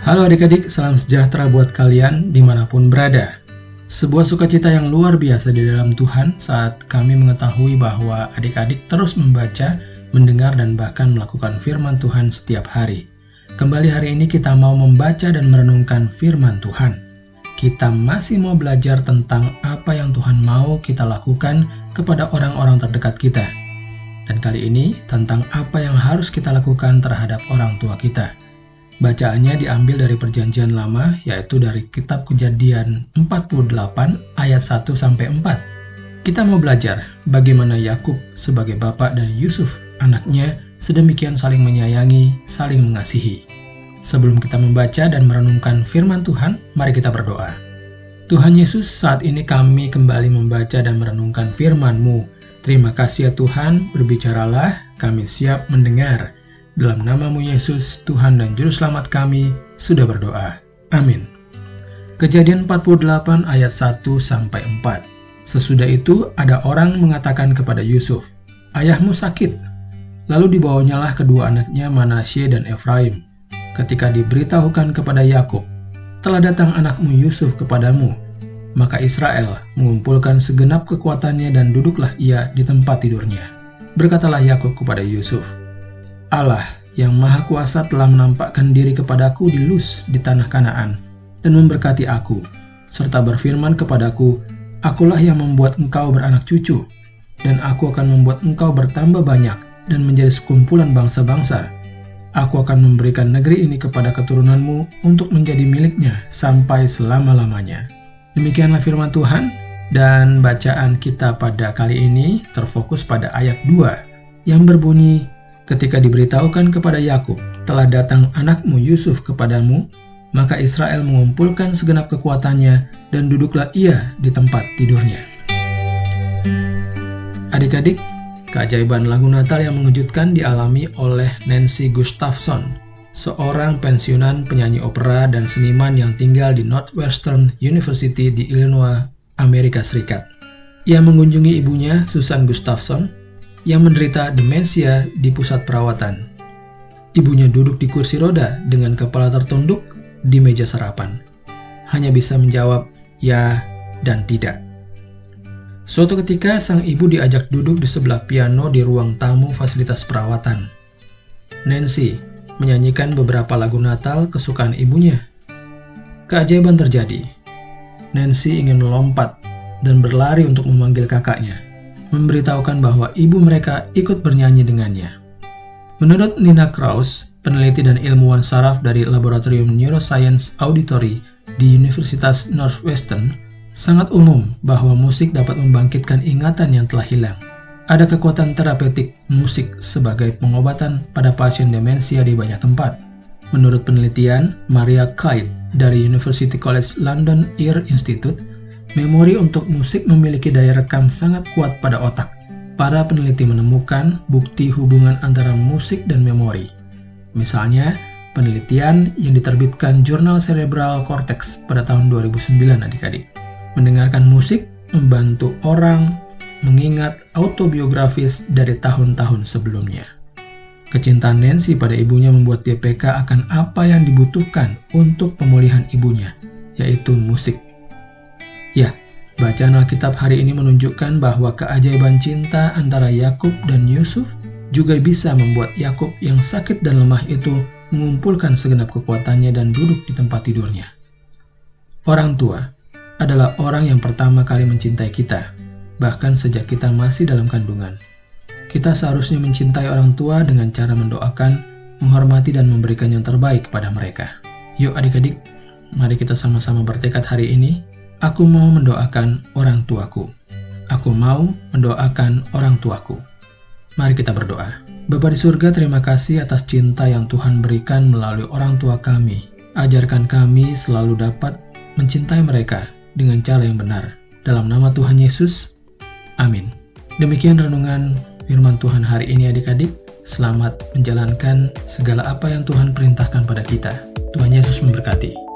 Halo adik-adik, salam sejahtera buat kalian dimanapun berada. Sebuah sukacita yang luar biasa di dalam Tuhan saat kami mengetahui bahwa adik-adik terus membaca, mendengar, dan bahkan melakukan firman Tuhan setiap hari. Kembali hari ini kita mau membaca dan merenungkan firman Tuhan. Kita masih mau belajar tentang apa yang Tuhan mau kita lakukan kepada orang-orang terdekat kita. Dan kali ini tentang apa yang harus kita lakukan terhadap orang tua kita. Bacaannya diambil dari Perjanjian Lama, yaitu dari Kitab Kejadian 48 ayat 1-4. Kita mau belajar bagaimana Yakub sebagai bapak dan Yusuf, anaknya, sedemikian saling menyayangi, saling mengasihi. Sebelum kita membaca dan merenungkan firman Tuhan, mari kita berdoa. Tuhan Yesus, saat ini kami kembali membaca dan merenungkan firman-Mu. Terima kasih ya Tuhan, berbicaralah, kami siap mendengar. Dalam nama-Mu Yesus, Tuhan dan Juru Selamat kami, sudah berdoa. Amin. Kejadian 48 ayat 1-4. Sesudah itu ada orang mengatakan kepada Yusuf, "Ayahmu sakit." Lalu dibawanyalah kedua anaknya Manasye dan Efraim. Ketika diberitahukan kepada Yakub, "Telah datang anakmu Yusuf kepadamu," maka Israel mengumpulkan segenap kekuatannya dan duduklah ia di tempat tidurnya. Berkatalah Yakub kepada Yusuf, "Allah yang Maha Kuasa telah menampakkan diri kepadaku di Luz di tanah Kanaan dan memberkati aku, serta berfirman kepadaku, akulah yang membuat engkau beranak cucu, dan aku akan membuat engkau bertambah banyak dan menjadi sekumpulan bangsa-bangsa. Aku akan memberikan negeri ini kepada keturunanmu untuk menjadi miliknya sampai selama-lamanya." Demikianlah firman Tuhan, dan bacaan kita pada kali ini terfokus pada ayat 2 yang berbunyi, "Ketika diberitahukan kepada Yakub, telah datang anakmu Yusuf kepadamu, maka Israel mengumpulkan segenap kekuatannya dan duduklah ia di tempat tidurnya." Adik-adik, keajaiban lagu Natal yang mengejutkan dialami oleh Nancy Gustafson, seorang pensiunan penyanyi opera dan seniman yang tinggal di Northwestern University di Illinois, Amerika Serikat. Ia mengunjungi ibunya, Susan Gustafson, yang menderita demensia di pusat perawatan. Ibunya duduk di kursi roda dengan kepala tertunduk di meja sarapan. Hanya bisa menjawab ya dan tidak. Suatu ketika sang ibu diajak duduk di sebelah piano di ruang tamu fasilitas perawatan. Nancy menyanyikan beberapa lagu Natal kesukaan ibunya. Keajaiban terjadi. Nancy ingin melompat dan berlari untuk memanggil kakaknya, memberitahukan bahwa ibu mereka ikut bernyanyi dengannya. Menurut Nina Kraus, peneliti dan ilmuwan saraf dari Laboratorium Neuroscience Auditory di Universitas Northwestern, sangat umum bahwa musik dapat membangkitkan ingatan yang telah hilang. Ada kekuatan terapeutik musik sebagai pengobatan pada pasien demensia di banyak tempat. Menurut penelitian Maria Kite dari University College London Ear Institute, memori untuk musik memiliki daya rekam sangat kuat pada otak. Para peneliti menemukan bukti hubungan antara musik dan memori. Misalnya, penelitian yang diterbitkan Jurnal Cerebral Cortex pada tahun 2009 adik-adik. Mendengarkan musik membantu orang mengingat autobiografis dari tahun-tahun sebelumnya. Kecintaan Nancy pada ibunya membuat dia peka akan apa yang dibutuhkan untuk pemulihan ibunya, yaitu musik. Ya, bacaan Alkitab hari ini menunjukkan bahwa keajaiban cinta antara Yakub dan Yusuf juga bisa membuat Yakub yang sakit dan lemah itu mengumpulkan segenap kekuatannya dan duduk di tempat tidurnya. Orang tua adalah orang yang pertama kali mencintai kita, bahkan sejak kita masih dalam kandungan. Kita seharusnya mencintai orang tua dengan cara mendoakan, menghormati, dan memberikan yang terbaik kepada mereka. Yuk adik-adik, mari kita sama-sama bertekad hari ini, aku mau mendoakan orang tuaku. Aku mau mendoakan orang tuaku. Mari kita berdoa. Bapa di surga, terima kasih atas cinta yang Tuhan berikan melalui orang tua kami. Ajarkan kami selalu dapat mencintai mereka dengan cara yang benar. Dalam nama Tuhan Yesus, amin. Demikian renungan firman Tuhan hari ini adik-adik. Selamat menjalankan segala apa yang Tuhan perintahkan pada kita. Tuhan Yesus memberkati.